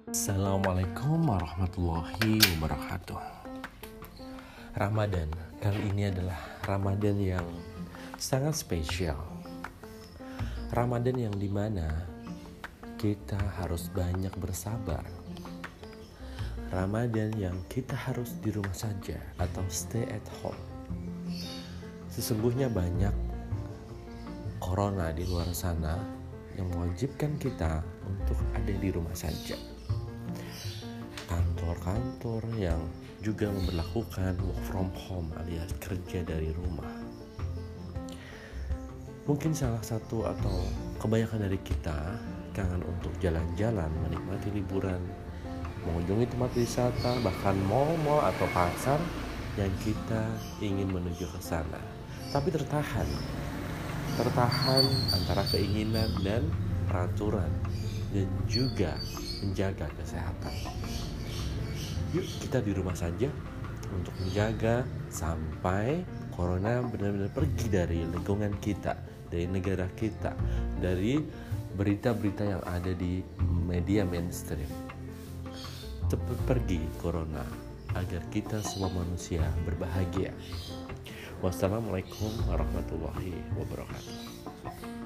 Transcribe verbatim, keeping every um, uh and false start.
Assalamualaikum warahmatullahi wabarakatuh. Ramadan kali ini adalah Ramadan yang sangat spesial. Ramadan yang dimana kita harus banyak bersabar. Ramadan yang kita harus di rumah saja atau stay at home. Sesungguhnya banyak corona di luar sana yang mewajibkan kita untuk ada di rumah saja. Kantor-kantor yang juga memberlakukan work from home alias kerja dari rumah. Mungkin salah satu atau kebanyakan dari kita kangen untuk jalan-jalan, menikmati liburan, mengunjungi tempat wisata, bahkan mal-mal atau pasar yang kita ingin menuju ke sana. Tapi tertahan, tertahan antara keinginan dan peraturan dan juga menjaga kesehatan. Yuk kita di rumah saja untuk menjaga sampai corona benar-benar pergi dari lingkungan kita, dari negara kita, dari berita-berita yang ada di media mainstream. Cepat pergi corona agar kita semua manusia berbahagia. Wassalamualaikum warahmatullahi wabarakatuh.